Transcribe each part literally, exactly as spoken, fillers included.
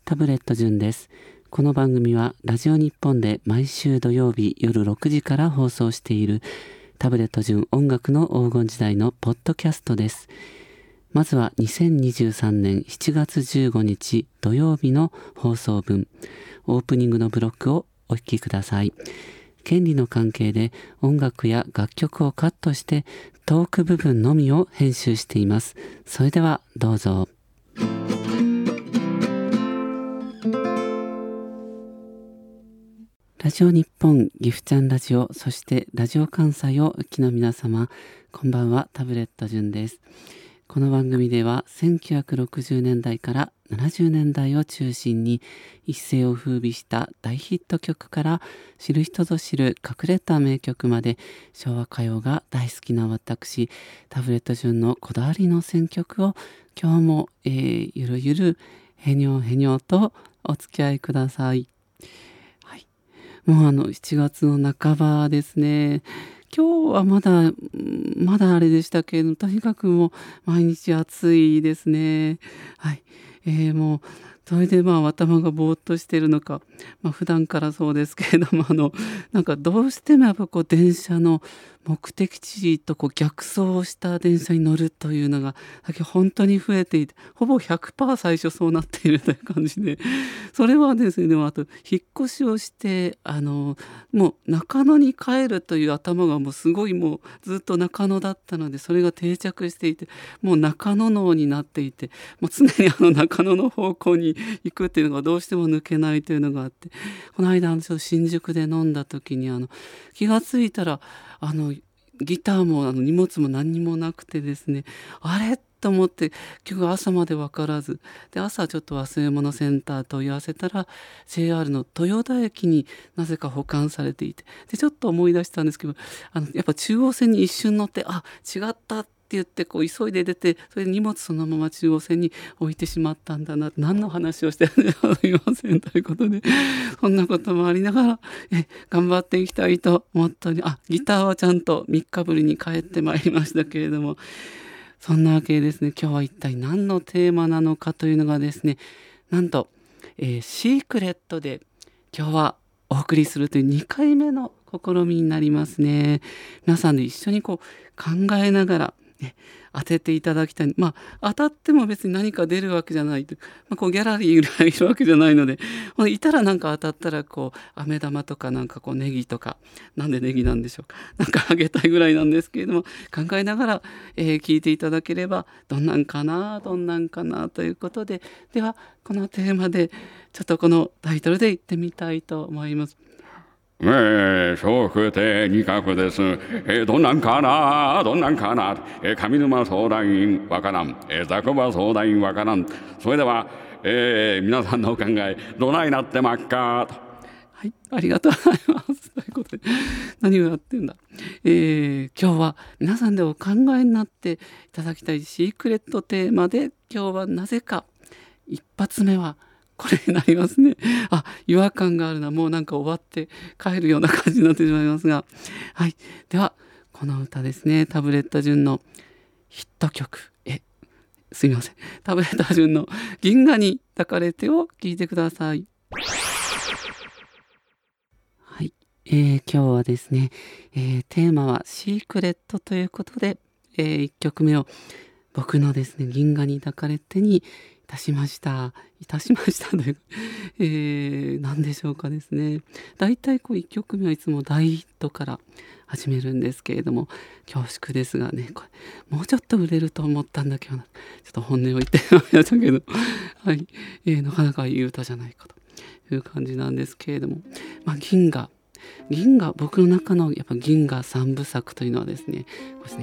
タブレット順です。この番組はラジオ日本で毎週土曜日夜ろくじから放送しているタブレット順音楽の黄金時代のポッドキャストです。まずはにせんにじゅうさんねんしちがつじゅうごにち土曜日の放送分、オープニングのブロックをお聴きください。権利の関係で音楽や楽曲をカットしてトーク部分のみを編集しています。それではどうぞ。ラジオ日本ギフちゃんラジオ、そしてラジオ関西をお聞きの皆様、こんばんは。タブレット順です。この番組ではせんきゅうひゃくろくじゅうねんだいからななじゅうねんだいを中心に一世を風靡した大ヒット曲から知る人ぞ知る隠れた名曲まで、昭和歌謡が大好きな私タブレット順のこだわりの選曲を今日も、えー、ゆるゆるへにょへにょとお付き合いください。はい、もうあのしちがつの半ばですね。今日はまだまだあれでしたけれども、とにかくもう毎日暑いですね。はい、えー、もうそれでまあ頭がぼーっとしているのか、まあ、普段からそうですけれども、あのなんかどうしてもやっぱこう電車の目的地とこう逆走した電車に乗るというのが本当に増えていて、ほぼ ひゃくパーセント 最初そうなっているという感じで、それはですね、でもあと引っ越しをしてあのもう中野に帰るという頭がもうすごいもうずっと中野だったので、それが定着していて、もう中野脳になっていて、もう常にあの中野の方向に行くっていうのがどうしても抜けないというのがあって、この間ちょっと新宿で飲んだ時にあの気がついたらあのギターもあの荷物も何にもなくてですね、あれと思って結局朝まで分からずで、朝ちょっと忘れ物センター問い合わせたら ジェイアール の豊田駅になぜか保管されていて、でちょっと思い出したんですけど、あのやっぱ中央線に一瞬乗ってあ違ったって言ってこう急いで出て、それで荷物そのまま中央線に置いてしまったんだな、何の話をしてるんでしょうすいませんということで、そんなこともありながらえ頑張っていきたいと思ったり、あギターはちゃんとみっかぶりに帰ってまいりましたけれども、そんなわけでですね、今日は一体何のテーマなのかというのがですね、なんと、えー、シークレットで今日はお送りするというにかいめの試みになりますね。皆さんで一緒にこう考えながらね、当てていただきたい。まあ当たっても別に何か出るわけじゃないと、まあ、こうギャラリーがいるわけじゃないので、いたらなんか当たったらこう飴玉とかなんかこうネギとか、なんでネギなんでしょうか、なんかあげたいぐらいなんですけれども、考えながら、えー聞いていただければどんなんかなどんなんかなということで、ではこのテーマでちょっとこのタイトルで言ってみたいと思います。 えー、笑福亭仁鶴です。えー、どんなんかなどんなんかな、えー、上沼相談員わからん、えー、ザクバ相談員わからん。それでは、えー、皆さんのお考えどないなってまっかと。 はい、ありがとうございますということで、何をやってんだ、えー、今日は皆さんでお考えになっていただきたいシークレットテーマで、今日はなぜか一発目はこれになりますね。あ、違和感があるな、もうなんか終わって帰るような感じになってしまいますが、はい、ではこの歌ですね、タブレット順のヒット曲、えすいませんタブレット順の銀河に抱かれてを聴いてください。はい、えー、今日はですね、えー、テーマはシークレットということで、えー、いっきょくめを僕のですね銀河に抱かれてにいたしましたいたしましたという、えー、何でしょうかですね、だいたいこういっきょくめはいつも大ヒットから始めるんですけれども、恐縮ですがね、これもうちょっと売れると思ったんだけどな、ちょっと本音を言ってしまいましたけどはい、えー、なかなかいい歌じゃないかという感じなんですけれども、まあ、銀河銀河僕の中のやっぱ銀河三部作というのはですね、これですね、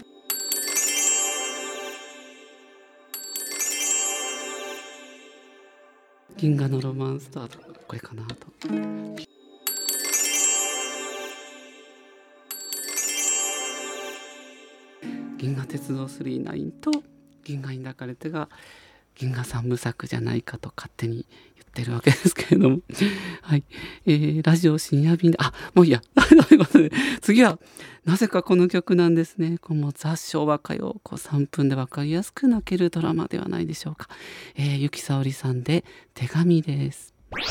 銀河のロマンスと、あとこれかなと、銀河鉄道さんじゅうきゅうと銀河に抱かれてが銀河三部作じゃないかと勝手に言ってるわけですけれどもはい、えー、ラジオ深夜便であもういいやということで次はなぜかこの曲なんですね。このザ・昭和歌謡こうさんぷんで分かりやすく泣けるドラマではないでしょうか。えー、由紀さおりさんで手紙です。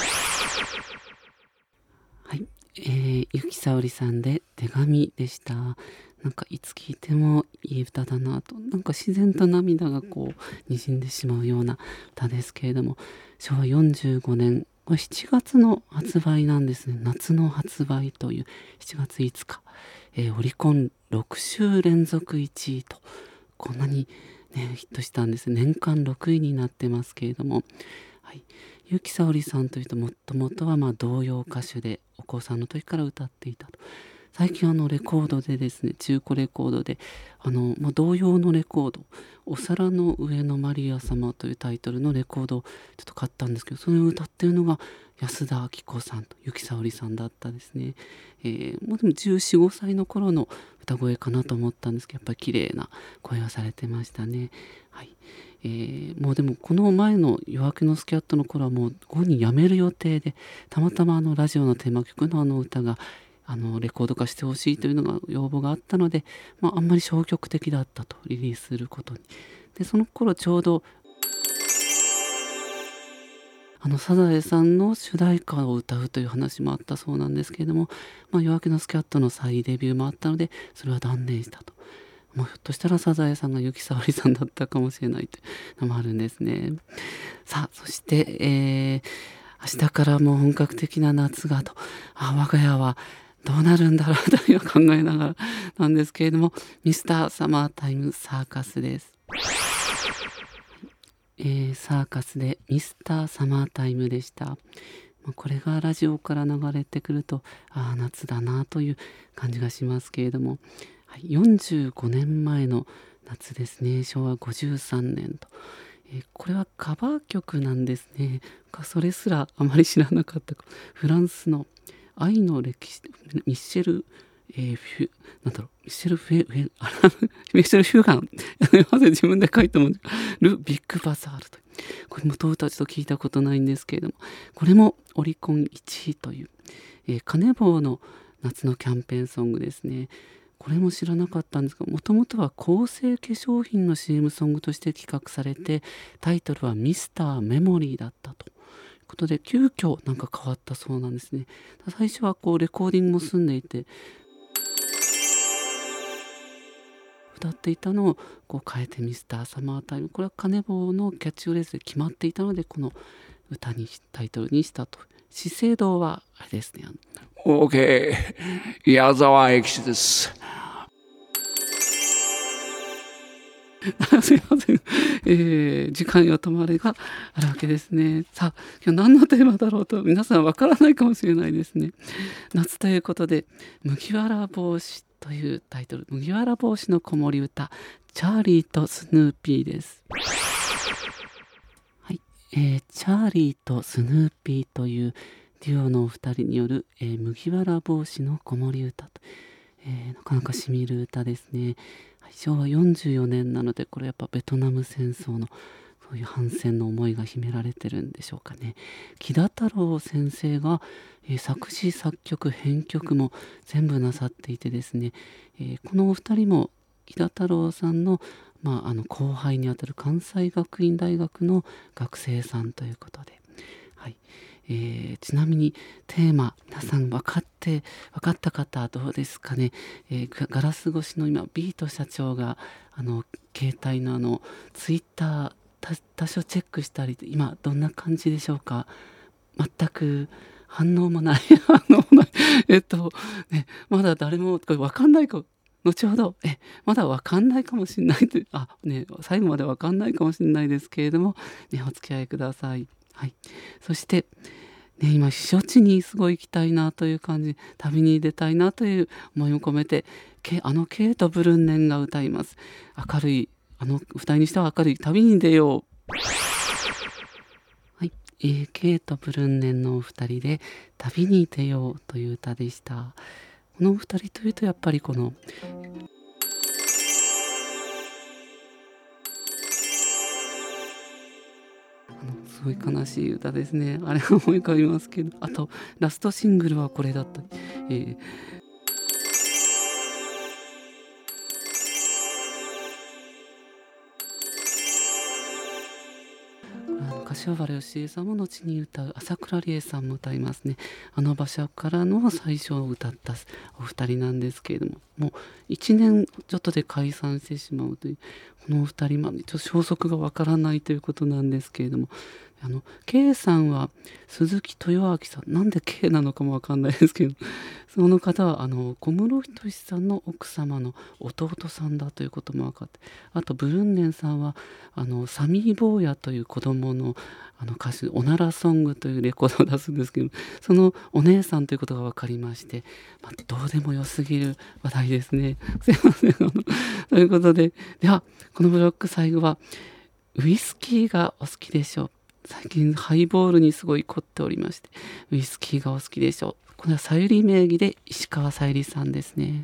はい、えー、由紀さおりさんで手紙でした。なんかいつ聴いてもいい歌だなと、なんか自然と涙がこう滲んでしまうような歌ですけれども、しょわよんじゅうごねんこれしちがつの発売なんですね。夏の発売というしちがついつか、えー、オリコンろくしゅう連続いちいとこんなに、ね、ヒットしたんです。年間ろくいになってますけれども、はい、由紀さおりさんというともともとはまあ童謡歌手でお子さんの時から歌っていたと。最近あのレコードでですね、中古レコードであの、まあ、童謡のレコードお皿の上のマリア様というタイトルのレコードをちょっと買ったんですけど、それを歌っているのが安田明子さんと由紀さおりさんだったですね。えー、もうでもじゅうよん、ごさいの頃の歌声かなと思ったんですけど、やっぱり綺麗な声がされてましたね。はい、えー、もうでもこの前の夜明けのスキャットの頃はもうごにん辞める予定で、たまたまあのラジオのテーマ曲のあの歌があのレコード化してほしいというのが要望があったので、まあ、あんまり消極的だったとリリースすることに。でその頃ちょうどあのサザエさんの主題歌を歌うという話もあったそうなんですけれども、まあ、夜明けのスキャットの再デビューもあったのでそれは断念したと。もうひょっとしたらサザエさんが由紀さおりさんだったかもしれないというのもあるんですね。さあそして、えー、明日からもう本格的な夏がと、あ我が家はどうなるんだろうという考えながらなんですけれども、ミスターサマータイムサーカスです。えー、サーカスでミスターサマータイムでした。これがラジオから流れてくると、ああ夏だなという感じがしますけれども、はい、よんじゅうごねんまえの夏ですね。しょわごじゅうさんねんと、えー、これはカバー曲なんですね。それすらあまり知らなかった。フランスの愛の歴史ミッシェル、えー、フュなんだろうミッシェルフェフェあミッシェルフュガンまず自分で書いたものル・ビッグバザールという、これもとうたちと聞いたことないんですけれども、これもオリコンいちいという、えー、カネボウの夏のキャンペーンソングですね。これも知らなかったんですが、もともとは香水化粧品の シーエム ソングとして企画されて、タイトルはミスターメモリーだったということで、急遽なんか変わったそうなんですね。最初はこうレコーディングも済んでいて、歌っていたのをこう変えてミスターサマータイム、これはカネボウのキャッチフレーズで決まっていたので、この歌にタイトルにしたと。資生堂はあれですね。 OK 矢沢永吉です。 すいません、えー、時間よ止まれがあるわけですね。さあ今日何のテーマだろうと皆さんわからないかもしれないですね。夏ということで麦わら帽子というタイトル、麦わら帽子の子守歌、チャーリーとスヌーピーです。はい、えー、チャーリーとスヌーピーというデュオのお二人による、えー、麦わら帽子の子守歌と、えー、なかなかしみる歌ですね。しょわよんじゅうよねんなので、これやっぱベトナム戦争のそういう反戦の思いが秘められてるんでしょうかね。木田太郎先生が、えー、作詞作曲編曲も全部なさっていてですね、えー、このお二人も木田太郎さんの、まあ、あの後輩にあたる関西学院大学の学生さんということで、はい、えー、ちなみにテーマ皆さん分かって分かった方どうですかね。えー、ガラス越しの今ビート社長があの携帯のあのツイッター多少チェックしたり、今どんな感じでしょうか。全く反応もない反応もないえっとねまだ誰もこれ分かんないか後ほどえまだ分かんないかもしれないとあね最後まで分かんないかもしれないですけれども、ね、お付き合いください。はい、そして、ね、今避暑地にすごい行きたいなという感じ、旅に出たいなという思いを込めてあのケイト・ブルンネンが歌います。明るいあの二人にしては明るい旅に出よう。はい、えー、ケイト・ブルンネンのお二人で旅に出ようという歌でした。このお二人というとやっぱりこのすごい悲しい歌ですね。あれは思い浮かびますけど、あとラストシングルはこれだった、えー柏原芳恵さんも後に歌う朝倉理恵さんも歌いますね。あの場所からの最初を歌ったお二人なんですけれども、もういちねんちょっとで解散してしまうという、このお二人までちょっと消息がわからないということなんですけれども、あの K さんは鈴木豊明さん、なんで K なのかもわかんないですけど、その方はあの小室仁さんの奥様の弟さんだということも分かって、あとブルンネンさんはあのサミー坊やという子供のあの歌手おならソングというレコードを出すんですけど、そのお姉さんということが分かりまして、まあ、どうでもよすぎる話題ですね。すいません。あのということで、ではこのブロック最後はウイスキーがお好きでしょう。最近ハイボールにすごい凝っておりまして、ウイスキーがお好きでしょう。これはさゆり名義で石川さゆりさんですね。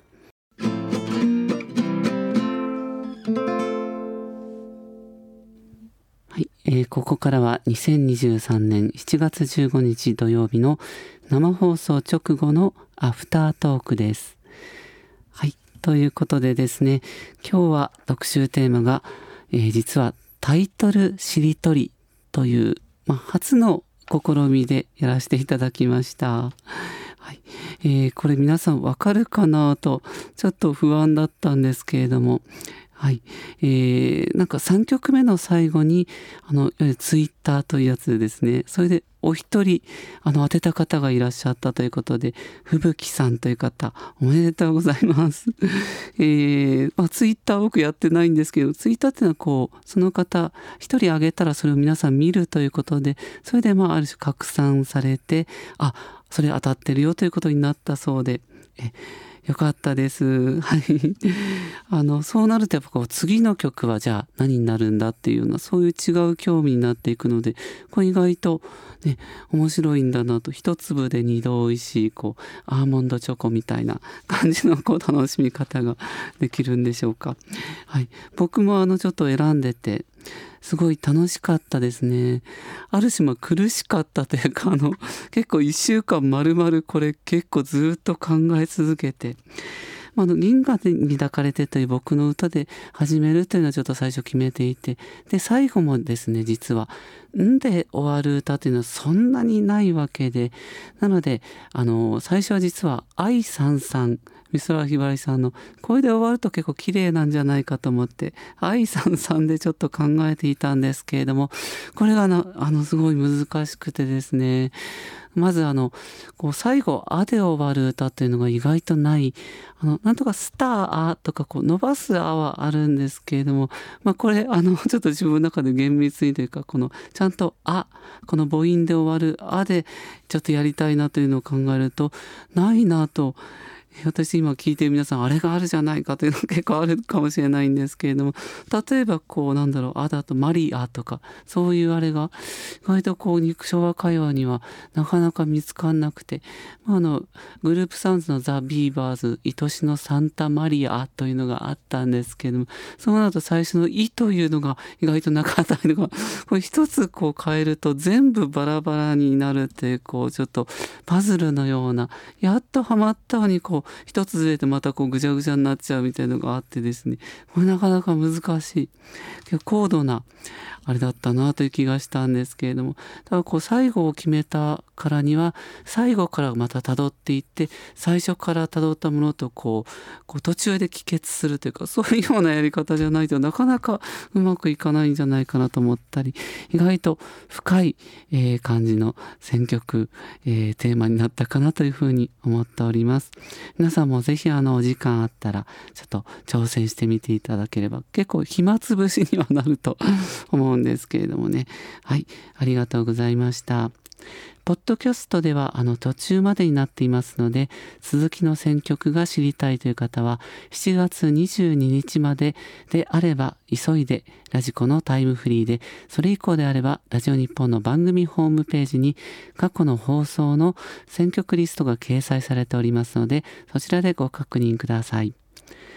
はい、えー、ここからはにせんにじゅうさんねんしちがつじゅうごにち土曜日の生放送直後のアフタートークです。はい、ということでですね、今日は特集テーマが、えー、実はタイトルしりとりという、まあ、初の試みでやらせていただきました。はい、えー、これ皆さんわかるかなとちょっと不安だったんですけれども、はい、えー、なんかさんきょくめの最後にあのツイッターというやつでですね、それでお一人あの当てた方がいらっしゃったということで、ふぶきさんという方おめでとうございます。えーまあ、ツイッター僕やってないんですけど、ツイッターっていうのはこうその方一人あげたらそれを皆さん見るということで、それでまあある種拡散されて、あ、それ当たってるよということになったそうで、えよかったです。はい。あの、そうなるとやっぱこう次の曲はじゃあ何になるんだっていうような、そういう違う興味になっていくので、これ意外とね、面白いんだなと、一粒で二度おいしい、こう、アーモンドチョコみたいな感じのこう楽しみ方ができるんでしょうか。はい。僕もあのちょっと選んでて、すごい楽しかったですね。ある種まあ苦しかったというか、あの結構いっしゅうかんまるまるこれ結構ずっと考え続けて、まあ、あの銀河に抱かれてという僕の歌で始めるというのはちょっと最初決めていて、で最後もですね、実はんで終わる歌というのはそんなにないわけで、なのであの最初は実は愛さんさん美空ひばりさんのこれで終わると結構綺麗なんじゃないかと思って愛さんさんでちょっと考えていたんですけれども、これがなあのすごい難しくてですね、まずあのこう最後「あ」で終わる歌っていうのが意外とない、あのなんとかスターあとかこう伸ばすあはあるんですけれども、まあこれあのちょっと自分の中で厳密にというか、このちゃんとあ、この母音で終わるあでちょっとやりたいなというのを考えるとないなと。私今聞いてる皆さんあれがあるじゃないかというのが結構あるかもしれないんですけれども、例えばこうなんだろう、あだとマリアとかそういうあれが意外とこう昭和歌謡にはなかなか見つかんなくて、まあ、あのグループサウンズのザ・ビーバーズ愛しのサンタマリアというのがあったんですけれども、その後最初のイというのが意外となかったのが、これ一つこう変えると全部バラバラになるっていう、こうちょっとパズルのような、やっとハマったのにこう一つずれてまたこうぐちゃぐちゃになっちゃうみたいなのがあってですね、これなかなか難しい高度なあれだったなという気がしたんですけれども、ただこう最後を決めたからには最後からまた辿っていって最初から辿ったものとこう、こう途中で帰結するというか、そういうようなやり方じゃないとなかなかうまくいかないんじゃないかなと思ったり、意外と深い、えー、感じの選曲、えー、テーマになったかなというふうに思っております。皆さんもぜひあのお時間あったらちょっと挑戦してみていただければ、結構暇つぶしにはなると思うんですけれどもね。はい、ありがとうございました。ポッドキャストではあの途中までになっていますので、続きの選曲が知りたいという方はしちがつにじゅうににちまでであれば急いでラジコのタイムフリーで、それ以降であればラジオ日本の番組ホームページに過去の放送の選曲リストが掲載されておりますので、そちらでご確認ください。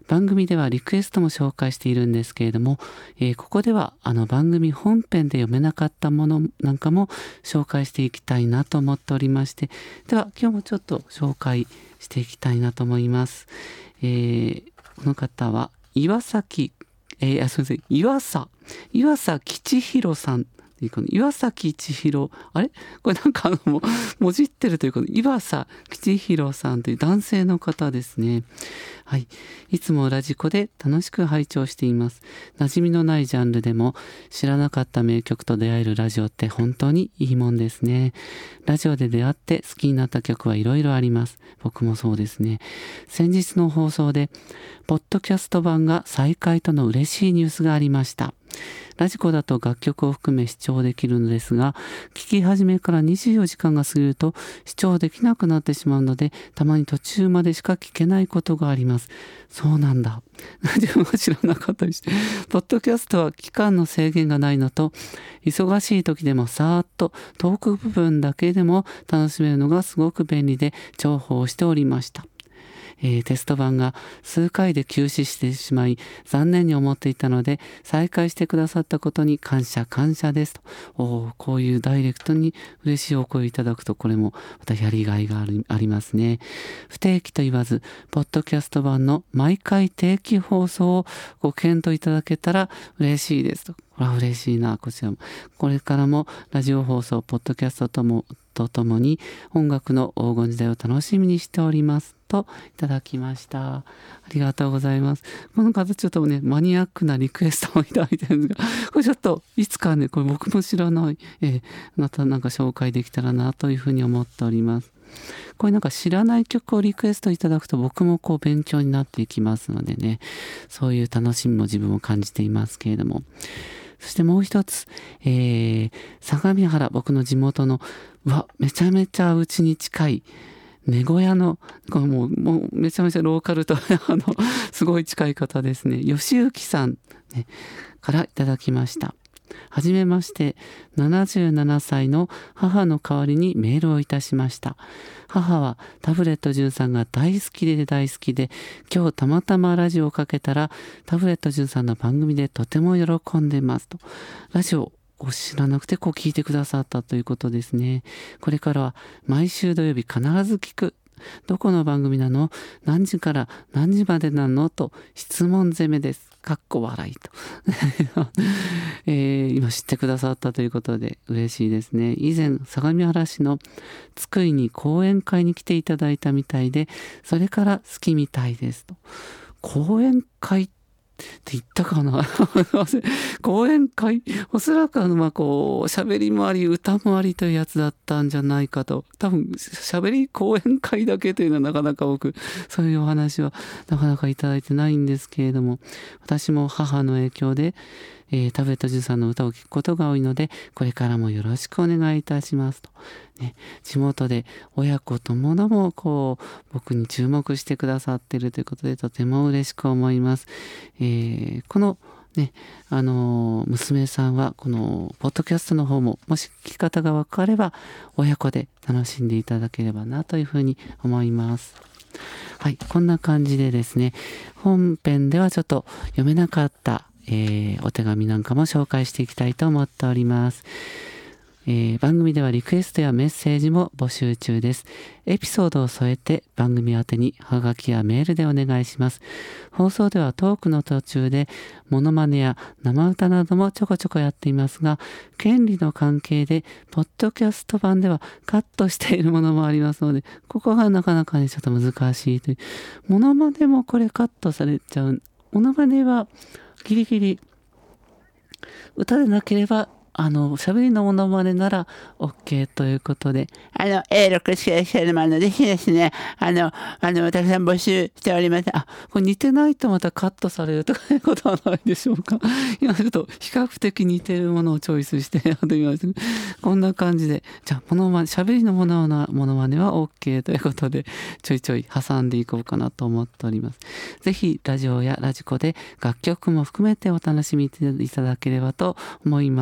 番組ではリクエストも紹介しているんですけれども、えー、ここではあの番組本編で読めなかったものなんかも紹介していきたいなと思っておりまして、では今日もちょっと紹介していきたいなと思います。えー、この方は岩崎、えー、あすみません岩佐岩佐吉弘さん、岩崎千尋、あれこれなんかあのももじってるということで、岩佐吉弘さんという男性の方ですね。はい、いつもラジコで楽しく拝聴しています。馴染みのないジャンルでも知らなかった名曲と出会えるラジオって本当にいいもんですね。ラジオで出会って好きになった曲はいろいろあります。僕もそうですね。先日の放送でポッドキャスト版が再開との嬉しいニュースがありました。ラジコだと楽曲を含め視聴できるのですが、聞き始めからにじゅうよじかんが過ぎると視聴できなくなってしまうので、たまに途中までしか聞けないことがあります。そうなんだ。自分は知らなかったりして。ポッドキャストは期間の制限がないのと、忙しい時でもさーっとトーク部分だけでも楽しめるのがすごく便利で重宝しておりました。えー、テスト版が数回で休止してしまい残念に思っていたので、再開してくださったことに感謝感謝ですと。おこういうダイレクトに嬉しいお声いただくと、これもまたやりがいがあり、ありますね。不定期と言わずポッドキャスト版の毎回定期放送をご検討いただけたら嬉しいですと。これは嬉しいな。こちらもこれからもラジオ放送ポッドキャストともとともに音楽の黄金時代を楽しみにしておりますといただきました。ありがとうございます。この方ちょっとねマニアックなリクエストをいただいてるんですが、これちょっといつかねこれ僕も知らない、えー、またなんか紹介できたらなというふうに思っております。これなんか知らない曲をリクエストいただくと僕もこう勉強になっていきますのでね、そういう楽しみも自分も感じていますけれども、そしてもう一つ、えー、相模原、僕の地元のうわめちゃめちゃうちに近い寝小屋のこれもう、もうめちゃめちゃローカルとあのすごい近い方ですね、吉行さん、ね、からいただきました。はじめまして、ななじゅうななさいの母の代わりにメールをいたしました。母はタブレット純さんが大好きで大好きで、今日たまたまラジオをかけたらタブレット純さんの番組でとても喜んでますと。ラジオを知らなくてこう聞いてくださったということですね。これからは毎週土曜日必ず聞く。どこの番組なの？何時から何時までなの？と質問攻めです。かっこ笑いと、えー、今知ってくださったということで嬉しいですね。以前相模原市の津久井に講演会に来ていただいたみたいで、それから好きみたいですと。講演会ってって言ったかな講演会、おそらくあのまあこう喋りもあり歌もありというやつだったんじゃないかと。多分喋り講演会だけというのはなかなか僕そういうお話はなかなかいただいてないんですけれども、私も母の影響で、えー、タブレットジュさんの歌を聴くことが多いので、これからもよろしくお願いいたしますと、ね、地元で親子ともどもこう僕に注目してくださっているということでとても嬉しく思います。えー、このね、あのー、娘さんはこのポッドキャストの方ももし聞き方が分かれば親子で楽しんでいただければなというふうに思います。はい、こんな感じでですね、本編ではちょっと読めなかったえー、お手紙なんかも紹介していきたいと思っております。えー、番組ではリクエストやメッセージも募集中です。エピソードを添えて番組宛てにハガキやメールでお願いします。放送ではトークの途中でモノマネや生歌などもちょこちょこやっていますが、権利の関係でポッドキャスト版ではカットしているものもありますので、ここがなかなかねちょっと難しいという。モノマネもこれカットされちゃう。モノマネはギリギリ歌でなければあの喋りのモノマネなら OK ということで、 あの エーろく しかいらっしゃるものぜひですね、あのあのたくさん募集しております。 あ、これ似てないとまたカットされるとかいうことはないでしょうか。今ちょっと比較的似てるものをチョイスしてやってみました。こんな感じで、じゃあモノマネ、喋りのモノマネは OK ということでちょいちょい挟んでいこうかなと思っております。ぜひラジオやラジコで楽曲も含めてお楽しみいただければと思います。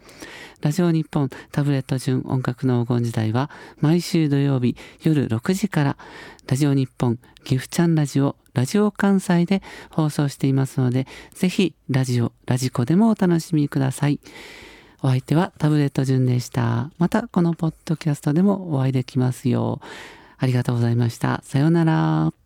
ラジオ日本タブレット純音楽の黄金時代は毎週土曜日夜ろくじからラジオ日本ギフチャンラジオラジオ関西で放送していますので、ぜひラジオラジコでもお楽しみください。お相手はタブレット純でした。またこのポッドキャストでもお会いできますようありがとうございました。さようなら。